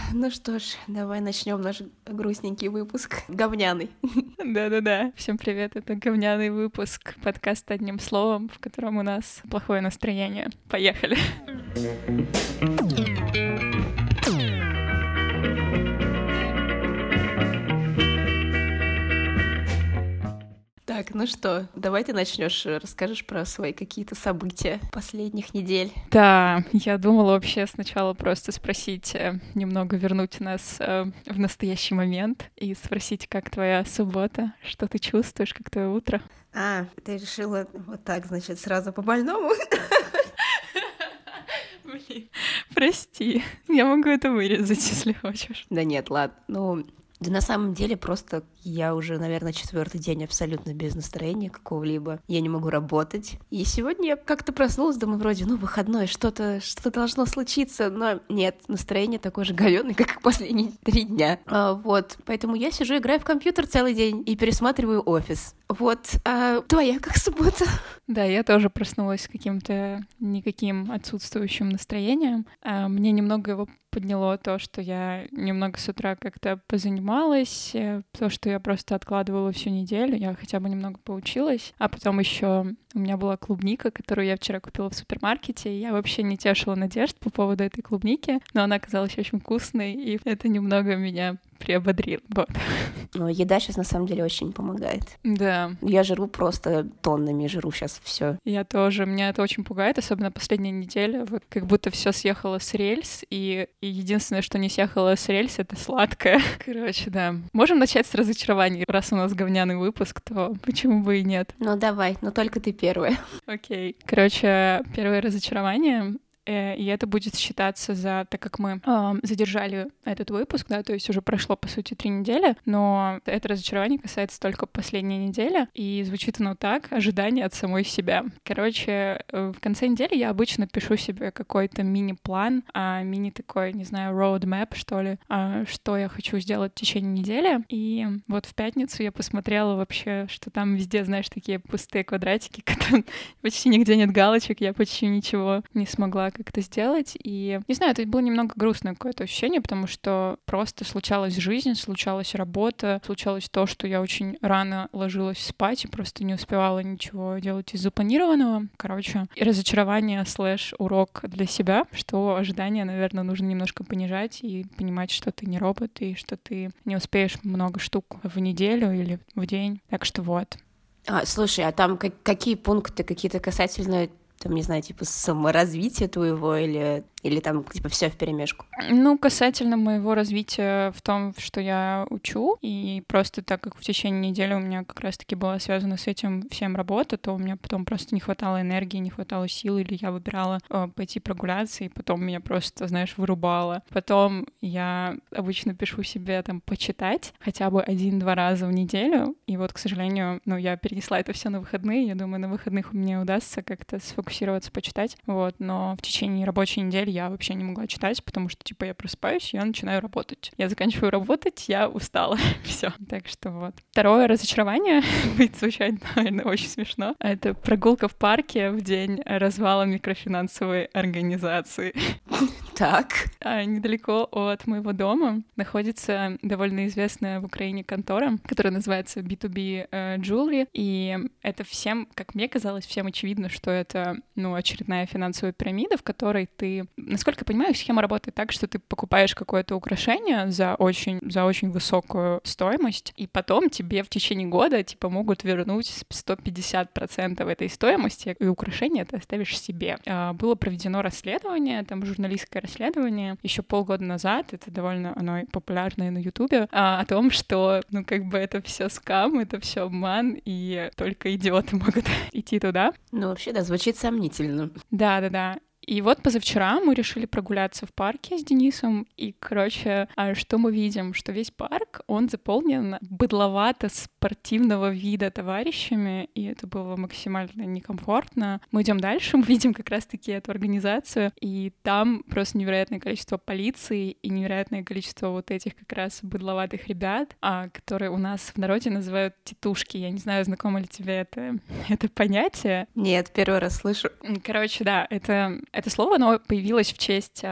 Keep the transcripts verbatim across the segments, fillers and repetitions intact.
Ну что ж, давай начнем наш грустненький выпуск. Говняный. Да-да-да. Всем привет, это говняный выпуск подкаста «Одним словом», в котором у нас плохое настроение. Поехали. Так, ну что, давай ты начнешь, расскажешь про свои какие-то события последних недель. Да, я думала вообще сначала просто спросить, немного вернуть нас в настоящий момент и спросить, как твоя суббота, что ты чувствуешь, как твое утро. А, ты решила вот так, значит, сразу по больному? Блин, прости, я могу это вырезать, если хочешь. Да нет, ладно, ну... Да на самом деле просто я уже, наверное, четвертый день абсолютно без настроения какого-либо. Я не могу работать. И сегодня я как-то проснулась, думаю, вроде, ну, выходной, что-то что должно случиться. Но нет, настроение такое же говёное, как и последние три дня. А, вот, поэтому я сижу, играю в компьютер целый день и пересматриваю «Офис». Вот, а твоя как суббота? Да, я тоже проснулась с каким-то никаким отсутствующим настроением. А мне немного его подняло то, что я немного с утра как-то позанималась, то, что я просто откладывала всю неделю, я хотя бы немного поучилась, а потом еще у меня была клубника, которую я вчера купила в супермаркете, и я вообще не тешила надежд по поводу этой клубники, но она оказалась очень вкусной, и это немного меня приободрил. Вот. Но еда сейчас на самом деле очень помогает. Да. Я жру просто тоннами, жру сейчас все. Я тоже. Меня это очень пугает, особенно последняя неделя. Вот как будто все съехало с рельс, и, и единственное, что не съехало с рельс, это сладкое. Короче, да. Можем начать с разочарований. Раз у нас говняный выпуск, то почему бы и нет? Ну давай, но только ты первая. Окей. Короче, первое разочарование — и это будет считаться за... Так как мы э, задержали этот выпуск, да, то есть уже прошло, по сути, три недели, но это разочарование касается только последней недели, и звучит оно так: ожидание от самой себя. Короче, в конце недели я обычно пишу себе какой-то мини-план, а, мини такой, не знаю, roadmap, что ли, а, что я хочу сделать в течение недели, и вот в пятницу я посмотрела вообще, что там везде, знаешь, такие пустые квадратики, когда почти нигде нет галочек, я почти ничего не смогла как это сделать. И, не знаю, это было немного грустное какое-то ощущение, потому что просто случалась жизнь, случалась работа, случалось то, что я очень рано ложилась спать и просто не успевала ничего делать из запланированного. Короче, и разочарование слэш урок для себя, что ожидания, наверное, нужно немножко понижать и понимать, что ты не робот и что ты не успеешь много штук в неделю или в день. Так что вот. А, слушай, а там как, какие пункты какие-то касательно, там, не знаю, типа саморазвития твоего или, или там, типа, все вперемешку? Ну, касательно моего развития в том, что я учу, и просто так как в течение недели у меня как раз-таки была связана с этим всем работа, то у меня потом просто не хватало энергии, не хватало сил, или я выбирала э, пойти прогуляться, и потом меня просто, знаешь, вырубало. Потом я обычно пишу себе там почитать хотя бы один-два раза в неделю, и вот, к сожалению, ну, я перенесла это все на выходные, я думаю, на выходных у меня удастся как-то сфокусироваться, почитать, вот, но в течение рабочей недели я вообще не могла читать, потому что, типа, я просыпаюсь, я начинаю работать. Я заканчиваю работать, я устала. Все. Так что вот. Второе разочарование будет звучать, наверное, очень смешно. Это прогулка в парке в день развала микрофинансовой организации. Так. А недалеко от моего дома находится довольно известная в Украине контора, которая называется би ту би Jewelry, и это всем, как мне казалось, всем очевидно, что это, ну, очередная финансовая пирамида, в которой ты... Насколько я понимаю, схема работает так, что ты покупаешь какое-то украшение за очень, за очень высокую стоимость, и потом тебе в течение года, типа, могут вернуть сто пятьдесят процентов этой стоимости, и украшение ты оставишь себе. Было проведено расследование, там, журналистское расследование еще полгода назад, это довольно оно популярное на Ютубе, о том, что, ну, как бы это все скам, это все обман, и только идиоты могут идти туда. Ну, вообще, да, звучит сомнительно. Да-да-да. И вот позавчера мы решили прогуляться в парке с Денисом, и, короче, что мы видим? Что весь парк, он заполнен быдловато-спортивного вида товарищами, и это было максимально некомфортно. Мы идем дальше, мы видим как раз-таки эту организацию, и там просто невероятное количество полиции и невероятное количество вот этих как раз быдловатых ребят, которые у нас в народе называют титушки. Я не знаю, знакомо ли тебе это, это понятие. Нет, первый раз слышу. Короче, да, это... Это слово, оно появилось в честь а,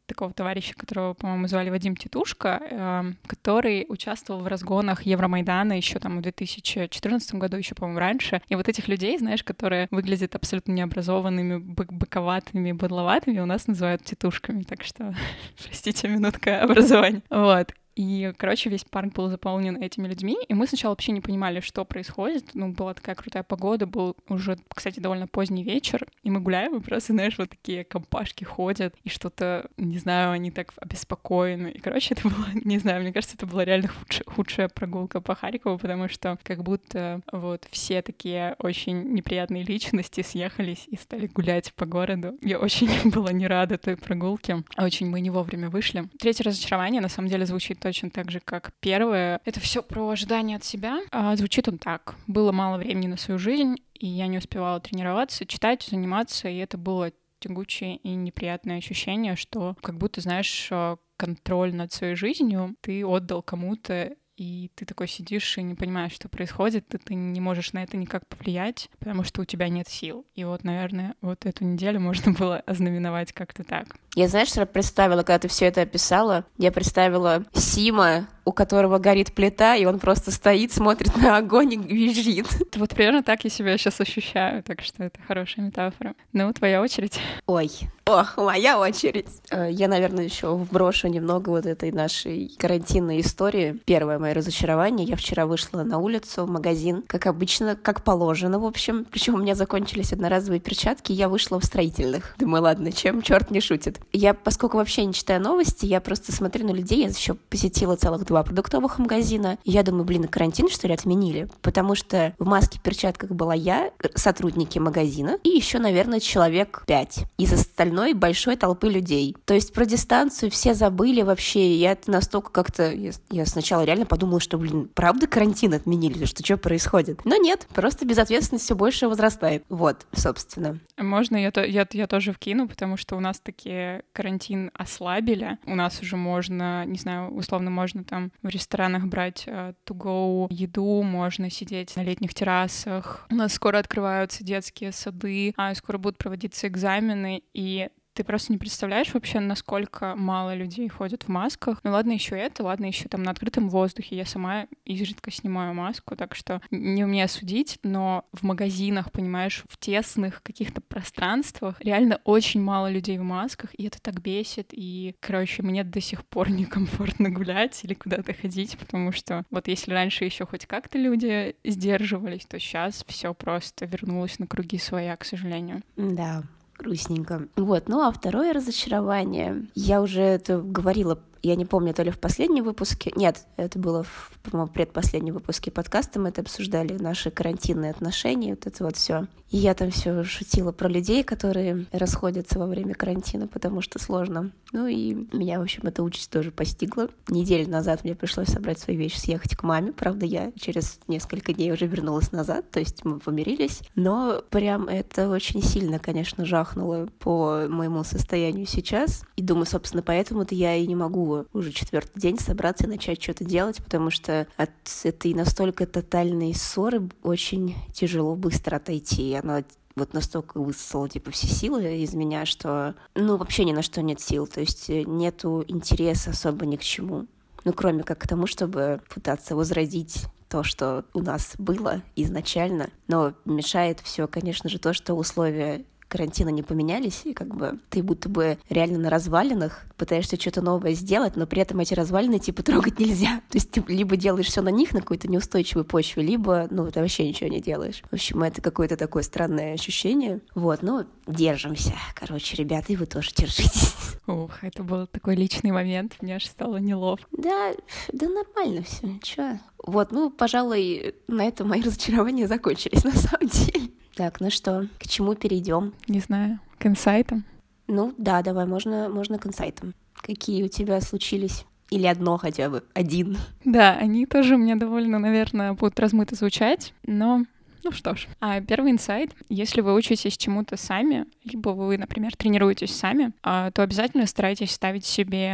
такого товарища, которого, по-моему, звали Вадим Титушка, э, который участвовал в разгонах Евромайдана еще там в две тысячи четырнадцатом году, еще, по-моему, раньше. И вот этих людей, знаешь, которые выглядят абсолютно необразованными, бык- быковатыми, быдловатыми, у нас называют титушками. Так что, простите, минутка образования. Вот. И, короче, весь парк был заполнен этими людьми, и мы сначала вообще не понимали, что происходит. Ну, была такая крутая погода, был уже, кстати, довольно поздний вечер, и мы гуляем, и просто, знаешь, вот такие компашки ходят, и что-то, не знаю, они так обеспокоены. И, короче, это было, не знаю, мне кажется, это была реально худшая, худшая прогулка по Харькову, потому что как будто вот все такие очень неприятные личности съехались и стали гулять по городу. Я очень была не рада той прогулке, очень мы не вовремя вышли. Третье разочарование, на самом деле, звучит точно так же, как первое. Это все про ожидание от себя. А звучит он так. Было мало времени на свою жизнь, и я не успевала тренироваться, читать, заниматься, и это было тягучее и неприятное ощущение, что как будто, знаешь, контроль над своей жизнью ты отдал кому-то, и ты такой сидишь и не понимаешь, что происходит, и ты не можешь на это никак повлиять, потому что у тебя нет сил. И вот, наверное, вот эту неделю можно было ознаменовать как-то так. Я, знаешь, что представила, когда ты все это описала? Я представила Сима, у которого горит плита, и он просто стоит, смотрит на огонь и визжит. Вот примерно так я себя сейчас ощущаю, так что это хорошая метафора. Ну, твоя очередь. Ой, ох, моя очередь. Я, наверное, еще вброшу немного вот этой нашей карантинной истории. Первое мое разочарование. Я вчера вышла на улицу, в магазин, как обычно, как положено, в общем. Причем у меня закончились одноразовые перчатки, и я вышла в строительных. Думаю, ладно, чем черт не шутит. Я, поскольку вообще не читаю новости, я просто смотрю на людей. Я еще посетила целых два продуктовых магазина. И я думаю, блин, карантин, что ли, отменили? Потому что в маске, перчатках была я, сотрудники магазина, и еще, наверное, человек пять из остальной большой толпы людей. То есть про дистанцию все забыли вообще. Я это настолько как-то... Я, я сначала реально подумала, что, блин, правда карантин отменили? Что, что происходит? Но нет, просто безответственность все больше возрастает. Вот, собственно. Можно я, я, я тоже вкину, потому что у нас таки карантин ослабили. У нас уже можно, не знаю, условно можно там в ресторанах брать uh, to-go еду, можно сидеть на летних террасах. У нас скоро открываются детские сады, а скоро будут проводиться экзамены, и ты просто не представляешь вообще, насколько мало людей ходят в масках. Ну ладно еще это, ладно еще там на открытом воздухе. Я сама изредка снимаю маску, так что не умею судить, но в магазинах, понимаешь, в тесных каких-то пространствах реально очень мало людей в масках, и это так бесит. И, короче, мне до сих пор некомфортно гулять или куда-то ходить, потому что вот если раньше еще хоть как-то люди сдерживались, то сейчас все просто вернулось на круги своя, к сожалению. Да. Грустненько. Вот, ну а второе разочарование. Я уже это говорила, я не помню, то ли в последнем выпуске. Нет, это было в, по-моему, предпоследнем выпуске подкаста. Мы это обсуждали, наши карантинные отношения, вот это вот все. И я там все шутила про людей, которые расходятся во время карантина, потому что сложно. Ну и меня, в общем, эта участь тоже постигла. Неделю назад мне пришлось собрать свои вещи, съехать к маме. Правда, я через несколько дней уже вернулась назад, то есть мы помирились. Но прям это очень сильно, конечно, жахнуло по моему состоянию сейчас. И думаю, собственно, поэтому-то я и не могу уже четвертый день собраться и начать что-то делать, потому что от этой настолько тотальной ссоры очень тяжело быстро отойти. Она вот настолько высосала, типа, все силы из меня, что, ну, вообще ни на что нет сил. То есть нету интереса особо ни к чему. Ну, кроме как к тому, чтобы пытаться возродить то, что у нас было изначально. Но мешает все, конечно же, то, что условия карантина не поменялись, и как бы ты будто бы реально на развалинах пытаешься что-то новое сделать, но при этом эти развалины типа трогать нельзя. То есть ты либо делаешь все на них, на какой-то неустойчивой почве, либо, ну, ты вообще ничего не делаешь. В общем, это какое-то такое странное ощущение. Вот, ну, держимся. Короче, ребята, и вы тоже держитесь. Ух, это был такой личный момент, мне аж стало неловко. Да, да нормально все, чё. Вот, ну, пожалуй, на этом мои разочарования закончились, на самом деле. Так, ну что, к чему перейдем? Не знаю, к инсайтам? Ну да, давай, можно, можно к инсайтам. Какие у тебя случились? Или одно хотя бы, один? Да, они тоже у меня довольно, наверное, будут размыто звучать, но ну что ж. А первый инсайт. Если вы учитесь чему-то сами, либо вы, например, тренируетесь сами, то обязательно старайтесь ставить себе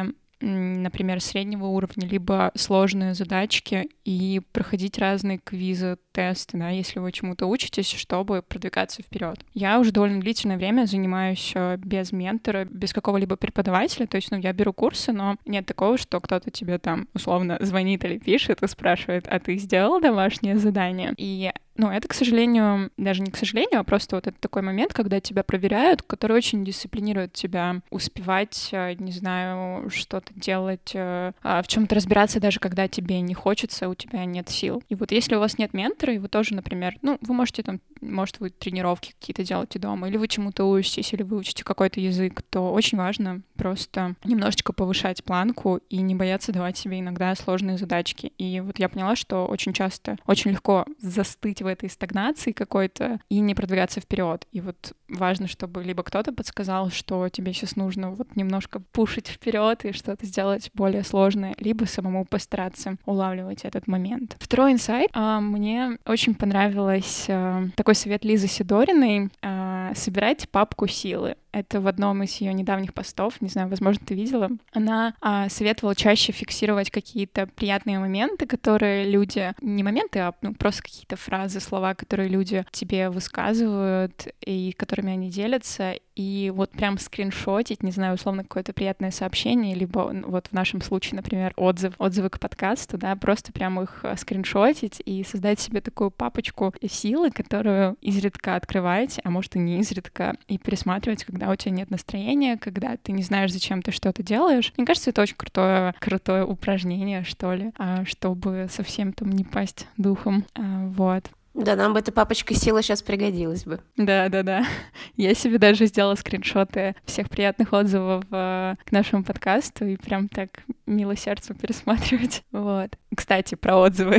например, среднего уровня, либо сложные задачки, и проходить разные квизы, тесты, да, если вы чему-то учитесь, чтобы продвигаться вперед. Я уже довольно длительное время занимаюсь без ментора, без какого-либо преподавателя, то есть, ну, я беру курсы, но нет такого, что кто-то тебе там условно звонит или пишет и спрашивает, а ты сделал домашнее задание? И ну, это, к сожалению, даже не к сожалению, а просто вот это такой момент, когда тебя проверяют, который очень дисциплинирует тебя успевать, не знаю, что-то делать, в чем-то разбираться, даже когда тебе не хочется, у тебя нет сил. И вот если у вас нет ментора, и вы тоже, например, ну, вы можете там, может, вы тренировки какие-то делаете дома, или вы чему-то учитесь, или вы учите какой-то язык, то очень важно просто немножечко повышать планку и не бояться давать себе иногда сложные задачки. И вот я поняла, что очень часто очень легко застыть в этой стагнации какой-то и не продвигаться вперед. И вот важно, чтобы либо кто-то подсказал, что тебе сейчас нужно вот немножко пушить вперед и что-то сделать более сложное, либо самому постараться улавливать этот момент. Второй инсайт. А, мне очень понравилось а, такой совет Лизы Сидориной а, «Собирайте папку силы». Это в одном из ее недавних постов, не знаю, возможно, ты видела. Она а, советовала чаще фиксировать какие-то приятные моменты, которые люди... Не моменты, а ну, просто какие-то фразы, слова, которые люди тебе высказывают и которыми они делятся. И вот прям скриншотить, не знаю, условно, какое-то приятное сообщение, либо вот в нашем случае, например, отзыв, отзывы к подкасту, да, просто прям их скриншотить и создать себе такую папочку силы, которую изредка открывать, а может и не изредка, и пересматривать, когда у тебя нет настроения, когда ты не знаешь, зачем ты что-то делаешь. Мне кажется, это очень крутое, крутое упражнение, что ли, чтобы совсем там не пасть духом. Вот. Да, нам бы эта папочка силы сейчас пригодилась бы. Да-да-да. Я себе даже сделала скриншоты всех приятных отзывов э, к нашему подкасту и прям так мило сердцу пересматривать. Вот. Кстати, про отзывы.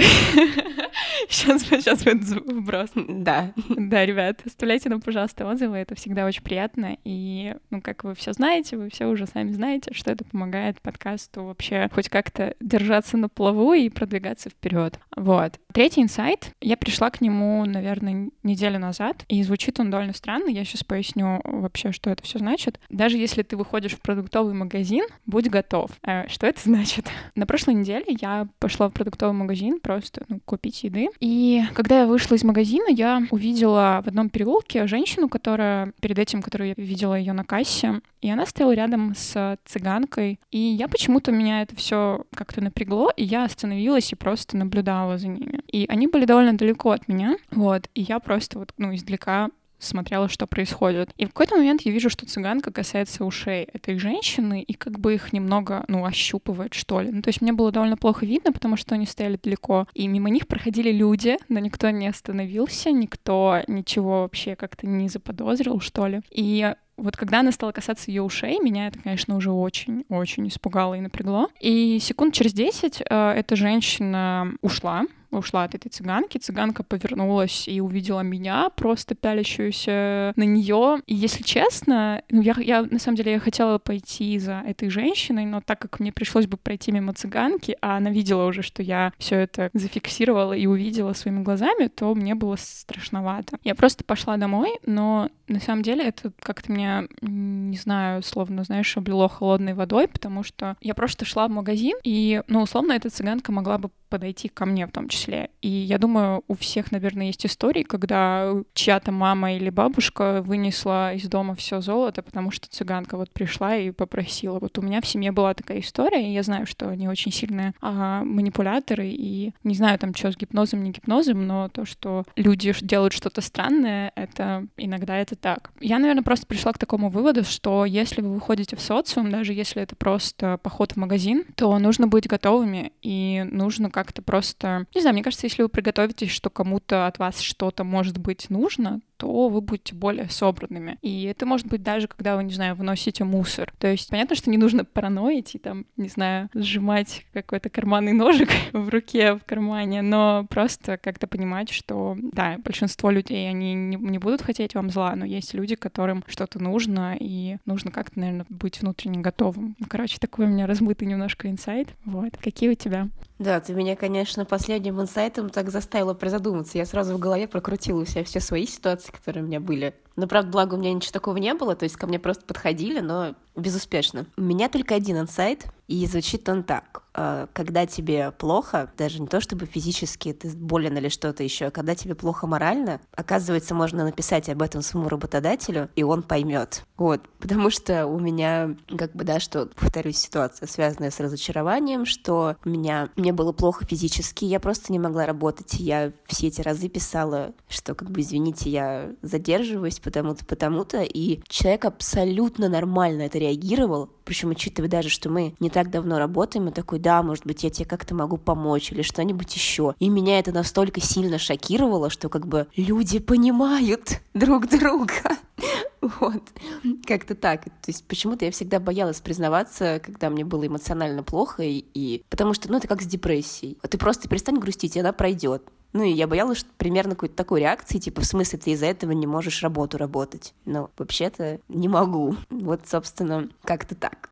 Сейчас, сейчас будет вброс. Да. Да, ребят, оставляйте нам, пожалуйста, отзывы. Это всегда очень приятно. И, ну, как вы все знаете, вы все уже сами знаете, что это помогает подкасту вообще хоть как-то держаться на плаву и продвигаться вперед. Вот. Третий инсайт. Я пришла к нему, наверное, неделю назад, и звучит он довольно странно. Я сейчас поясню вообще, что это все значит. Даже если ты выходишь в продуктовый магазин, будь готов. Что это значит? На прошлой неделе я пошла в продуктовый магазин просто ну, купить еды. И когда я вышла из магазина, я увидела в одном переулке женщину, которая перед этим, которую я видела ее на кассе, и она стояла рядом с цыганкой. И я почему-то, меня это все как-то напрягло, и я остановилась и просто наблюдала за ними. И они были довольно далеко от меня, вот, и я просто вот, ну, издалека смотрела, что происходит. И в какой-то момент я вижу, что цыганка касается ушей этой женщины и как бы их немного, ну, ощупывает, что ли. Ну, то есть мне было довольно плохо видно, потому что они стояли далеко, и мимо них проходили люди, но никто не остановился, никто ничего вообще как-то не заподозрил, что ли. И вот когда она стала касаться ее ушей, меня это, конечно, уже очень-очень испугало и напрягло. И секунд через десять э, эта женщина ушла, ушла от этой цыганки. Цыганка повернулась и увидела меня, просто пялящуюся на нее. И если честно, ну, я, я на самом деле я хотела пойти за этой женщиной, но так как мне пришлось бы пройти мимо цыганки, а она видела уже, что я все это зафиксировала и увидела своими глазами, то мне было страшновато. Я просто пошла домой, но на самом деле это как-то меня, не знаю, словно, знаешь, облило холодной водой, потому что я просто шла в магазин, и, ну, условно, эта цыганка могла бы подойти ко мне в том числе. И я думаю, у всех, наверное, есть истории, когда чья-то мама или бабушка вынесла из дома все золото, потому что цыганка вот пришла и попросила. Вот у меня в семье была такая история, и я знаю, что они очень сильные а, манипуляторы, и не знаю там, что с гипнозом, не гипнозом, но то, что люди делают что-то странное, это иногда это так. Я, наверное, просто пришла к такому выводу, что если вы выходите в социум, даже если это просто поход в магазин, то нужно быть готовыми, и нужно как-то просто... Не знаю, мне кажется, если вы приготовитесь, что кому-то от вас что-то, может быть, нужно, то вы будете более собранными. И это может быть даже, когда вы, не знаю, выносите мусор. То есть понятно, что не нужно параноить и там, не знаю, сжимать какой-то карманный ножик в руке, в кармане, но просто как-то понимать, что, да, большинство людей, они не, не будут хотеть вам зла, но есть люди, которым что-то нужно, и нужно как-то, наверное, быть внутренне готовым. Ну, короче, такой у меня размытый немножко инсайт. Вот. Какие у тебя? Да, ты меня, конечно, последним инсайтом так заставила призадуматься. Я сразу в голове прокрутила у себя все свои ситуации, которые у меня были Но, правда, благо у меня ничего такого не было, то есть ко мне просто подходили, но безуспешно. У меня только один инсайт, и звучит он так. Когда тебе плохо, даже не то чтобы физически ты болен или что-то еще, а когда тебе плохо морально, оказывается, можно написать об этом своему работодателю, и он поймет. Вот, потому что у меня, как бы, да, что, повторюсь, ситуация, связанная с разочарованием, что у меня, мне было плохо физически, я просто не могла работать, я все эти разы писала, что, как бы, извините, я задерживаюсь потому-то, потому-то, и человек абсолютно нормально это реагировал, причем учитывая даже, что мы не так давно работаем, и такой, да, может быть, я тебе как-то могу помочь или что-нибудь еще. И меня это настолько сильно шокировало, что как бы люди понимают друг друга. Вот, как-то так. То есть почему-то я всегда боялась признаваться, когда мне было эмоционально плохо, и, и... потому что, ну, это как с депрессией. Ты просто перестань грустить, и она пройдет. Ну, и я боялась, что примерно какой-то такой реакции, типа, в смысле, ты из-за этого не можешь работу работать. Но вообще-то не могу. Вот, собственно, как-то так.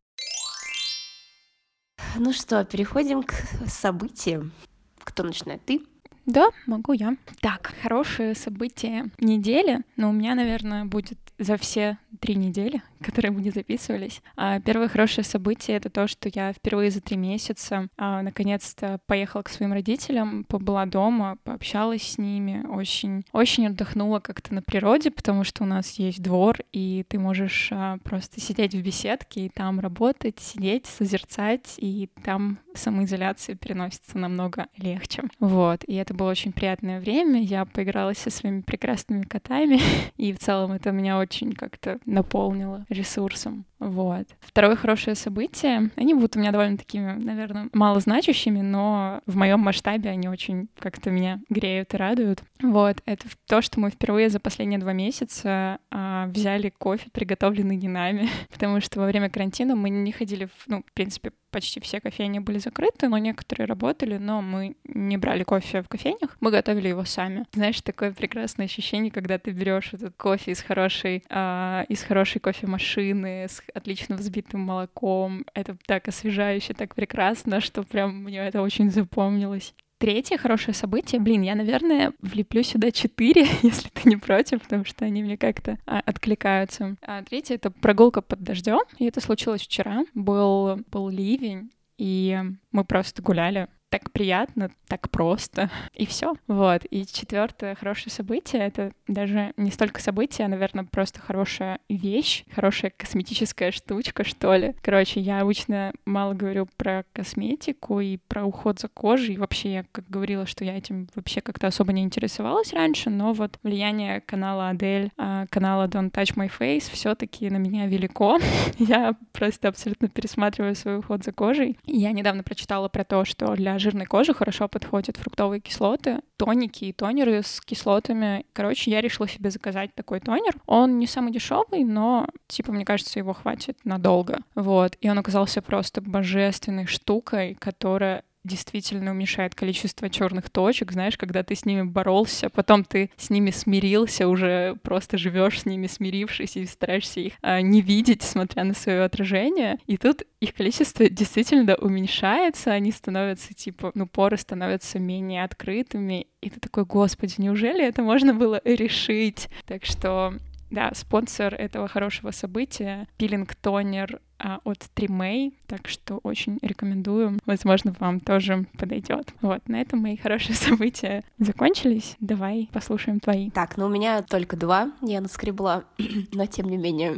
Ну что, переходим к событиям. Кто начинает? Ты? Да, могу я. Так, хорошее событие недели, но у меня, наверное, будет за все три недели, которые мы не записывались. А первое хорошее событие — это то, что я впервые за три месяца а, наконец-то поехала к своим родителям, побыла дома, пообщалась с ними, очень, очень отдохнула как-то на природе, потому что у нас есть двор, и ты можешь а, просто сидеть в беседке и там работать, сидеть, созерцать, и там самоизоляция переносится намного легче. Вот, и это было очень приятное время. Я поигралась со своими прекрасными котами, и в целом это меня очень как-то наполнило ресурсом. Вот. Второе хорошее событие. Они будут у меня довольно такими, наверное, малозначащими, но в моем масштабе они очень как-то меня греют и радуют. Вот. Это то, что мы впервые за последние два месяца а, взяли кофе, приготовленный не нами, потому что во время карантина мы не ходили, в, ну, в принципе, почти все кофейни были закрыты, но некоторые работали, но мы не брали кофе в кофейнях, мы готовили его сами. Знаешь, такое прекрасное ощущение, когда ты берешь этот кофе из хорошей, э, из хорошей кофемашины, с отлично взбитым молоком. Это так освежающе, так прекрасно, что прям мне это очень запомнилось. Третье хорошее событие, блин, я, наверное, влеплю сюда четыре, если ты не против, потому что они мне как-то а, откликаются. А третье — это прогулка под дождем, и это случилось вчера. Был, был ливень, и мы просто гуляли. Так приятно, так просто, и все. Вот. И четвертое хорошее событие — это даже не столько событие, а, наверное, просто хорошая вещь, хорошая косметическая штучка, что ли. Короче, я обычно мало говорю про косметику и про уход за кожей. И вообще, я как говорила, что я этим вообще как-то особо не интересовалась раньше, но вот влияние канала Адель, канала Don't Touch My Face все-таки на меня велико. Я просто абсолютно пересматриваю свой уход за кожей. Я недавно прочитала про то, что для жирной кожи хорошо подходят фруктовые кислоты, тоники и тонеры с кислотами. Короче, я решила себе заказать такой тонер. Он не самый дешевый, но, типа, мне кажется, его хватит надолго. Вот. И он оказался просто божественной штукой, которая действительно уменьшает количество черных точек, знаешь, когда ты с ними боролся, потом ты с ними смирился, уже просто живешь с ними, смирившись, и стараешься их а, не видеть, смотря на свое отражение. И тут их количество действительно уменьшается, они становятся, типа, ну, поры становятся менее открытыми, и ты такой, господи, неужели это можно было решить? Так что, да, спонсор этого хорошего события — пилинг-тонер а, от Тримей, так что очень рекомендую. Возможно, вам тоже подойдет. Вот, на этом мои хорошие события закончились. Давай послушаем твои. Так, ну у меня только два, я наскребла, но тем не менее.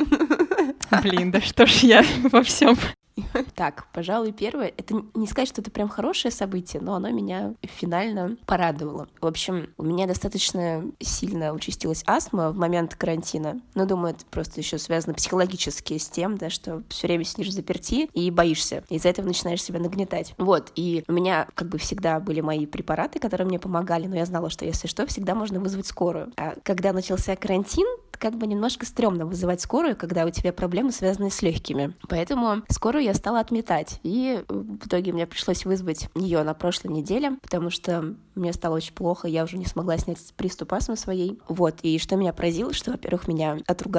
Блин, да что ж я во всем. Так, пожалуй, первое. Это не сказать, что это прям хорошее событие, но оно меня финально порадовало. В общем, у меня достаточно сильно участилась астма в момент карантина. Но, думаю, это просто еще связано психологически с тем, да, что все время сидишь заперти и боишься. Из-за этого начинаешь себя нагнетать. Вот, и у меня как бы всегда были мои препараты, которые мне помогали, но я знала, что если что, всегда можно вызвать скорую. А когда начался карантин, как бы немножко стрёмно вызывать скорую, когда у тебя проблемы, связанные с легкими. Поэтому скорую я стала отметать. И в итоге мне пришлось вызвать ее на прошлой неделе, потому что мне стало очень плохо, я уже не смогла снять приступ астмы своей. Вот. И что меня поразило, что, во-первых, меня отругали,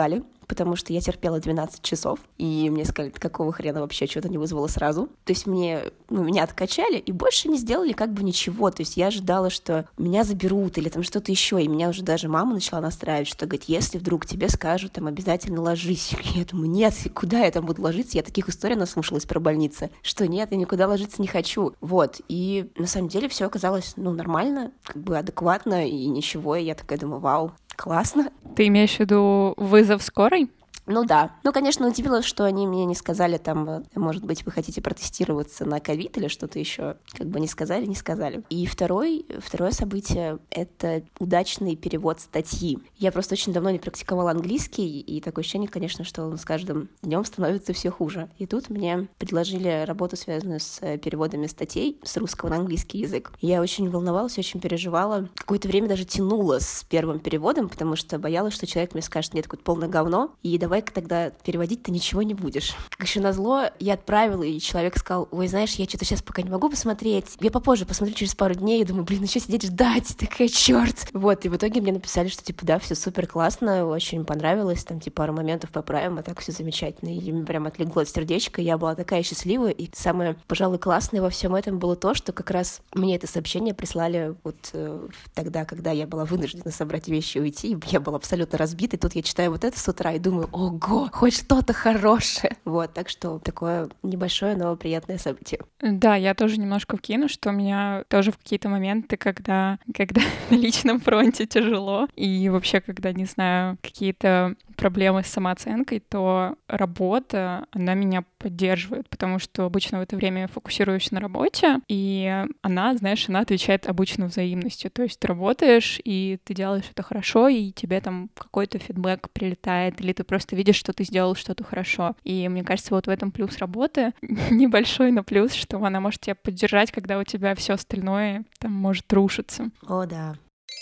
потому что я терпела двенадцать часов, и мне сказали, какого хрена вообще что-то не вызвало сразу. То есть мне, ну, меня откачали и больше не сделали как бы ничего. То есть я ожидала, что меня заберут или там что-то еще, и меня уже даже мама начала настраивать, что, говорит, если вдруг тебе скажут, там, обязательно ложись. Я думаю, нет, куда я там буду ложиться? Я таких историй наслушалась про больницы, что нет, я никуда ложиться не хочу. Вот, и на самом деле все оказалось, ну, нормально, как бы адекватно и ничего, и я такая думаю, вау, классно. Ты имеешь в виду вызов скорой? Ну да. Ну, конечно, удивило, что они мне не сказали, там, может быть, вы хотите протестироваться на ковид или что-то еще. Как бы не сказали, не сказали. И второй, второе событие — это удачный перевод статьи. Я просто очень давно не практиковала английский, и такое ощущение, конечно, что он с каждым днем становится все хуже. И тут мне предложили работу, связанную с переводами статей с русского на английский язык. Я очень волновалась, очень переживала. Какое-то время даже тянула с первым переводом, потому что боялась, что человек мне скажет, нет, какое-то полное говно, и давай тогда переводить ты ничего не будешь. Как еще назло, я отправила, и человек сказал, ой, знаешь, я что-то сейчас пока не могу посмотреть, я попозже посмотрю через пару дней, и думаю, блин, еще сидеть ждать, такая, черт. Вот, и в итоге мне написали, что, типа, да, все супер классно, очень понравилось, там, типа, пару моментов поправим, а так все замечательно, и мне прям отлегло от сердечка, я была такая счастливая, и самое, пожалуй, классное во всем этом было то, что как раз мне это сообщение прислали вот э, тогда, когда я была вынуждена собрать вещи и уйти, я была абсолютно разбита, и тут я читаю вот это с утра и думаю, ого, хоть что-то хорошее. Вот, так что такое небольшое, но приятное событие. Да, я тоже немножко вкину, что у меня тоже в какие-то моменты, когда, когда на личном фронте тяжело, и вообще, когда, не знаю, какие-то проблемы с самооценкой, то работа, она меня поддерживает, потому что обычно в это время я фокусируюсь на работе, и она, знаешь, она отвечает обычно взаимностью. То есть ты работаешь, и ты делаешь это хорошо, и тебе там какой-то фидбэк прилетает, или ты просто видишь, что ты сделал что-то хорошо. И мне кажется, вот в этом плюс работы, небольшой, но плюс, что она может тебя поддержать, когда у тебя все остальное там может рушиться. О, да.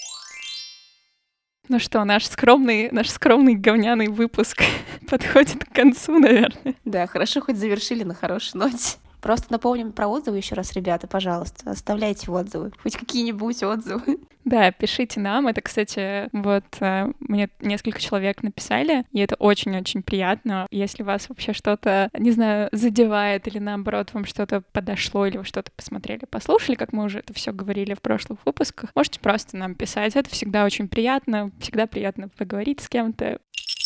Ну что, наш скромный, наш скромный говняный выпуск подходит к концу, наверное. Да, хорошо, хоть завершили на хорошей ноте. Просто напомним про отзывы еще раз, ребята, пожалуйста, оставляйте отзывы, хоть какие-нибудь отзывы. Да, пишите нам. Это, кстати, вот мне несколько человек написали, и это очень-очень приятно. Если вас вообще что-то, не знаю, задевает или наоборот вам что-то подошло, или вы что-то посмотрели, послушали, как мы уже это все говорили в прошлых выпусках, можете просто нам писать. Это всегда очень приятно, всегда приятно поговорить с кем-то.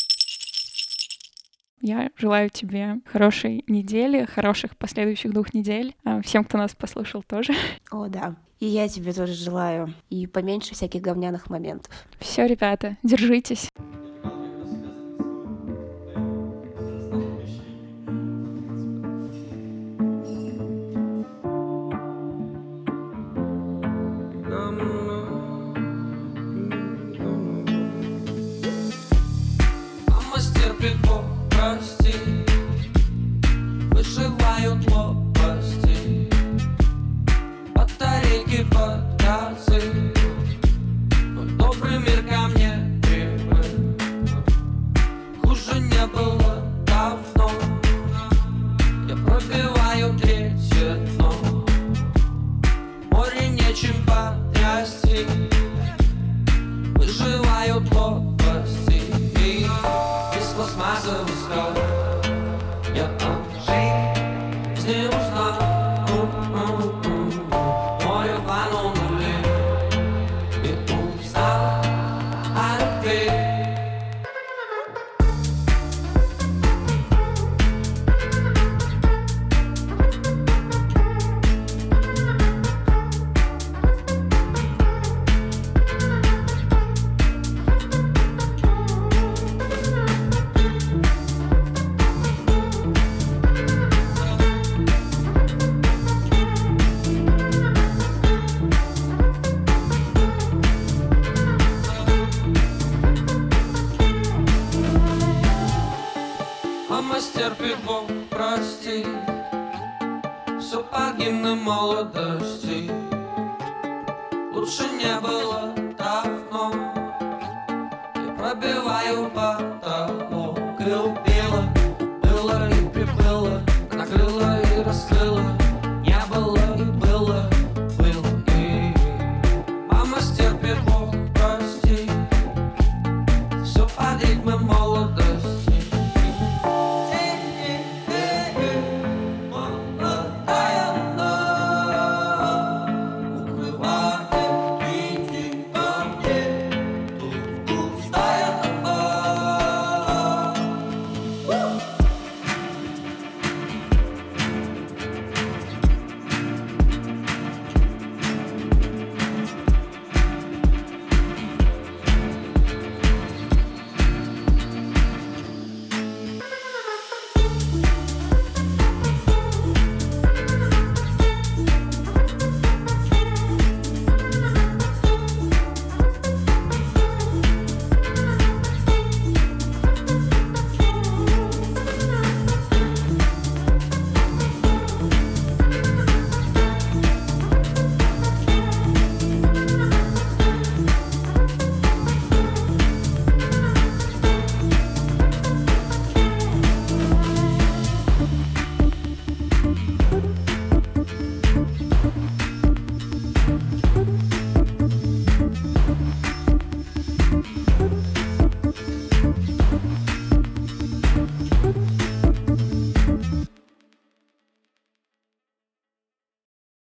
Я желаю тебе хорошей недели, хороших последующих двух недель. Всем, кто нас послушал, тоже. О, да. И я тебе тоже желаю. И поменьше всяких говняных моментов. Все, ребята, держитесь. Выживают лопасти, батарейки под газы, но добрый мир ко мне привык. Хуже не было давно. Я пробиваю третье дно. Море нечем потрясти. Выживают лопасти из пластмассовых скал. Я от жизни узнал, море ванну нули, и узнал о любви. А мастер пивом, прости, все погибно молодости. Лучше не было давно. Я пробиваю потолок и убегаю.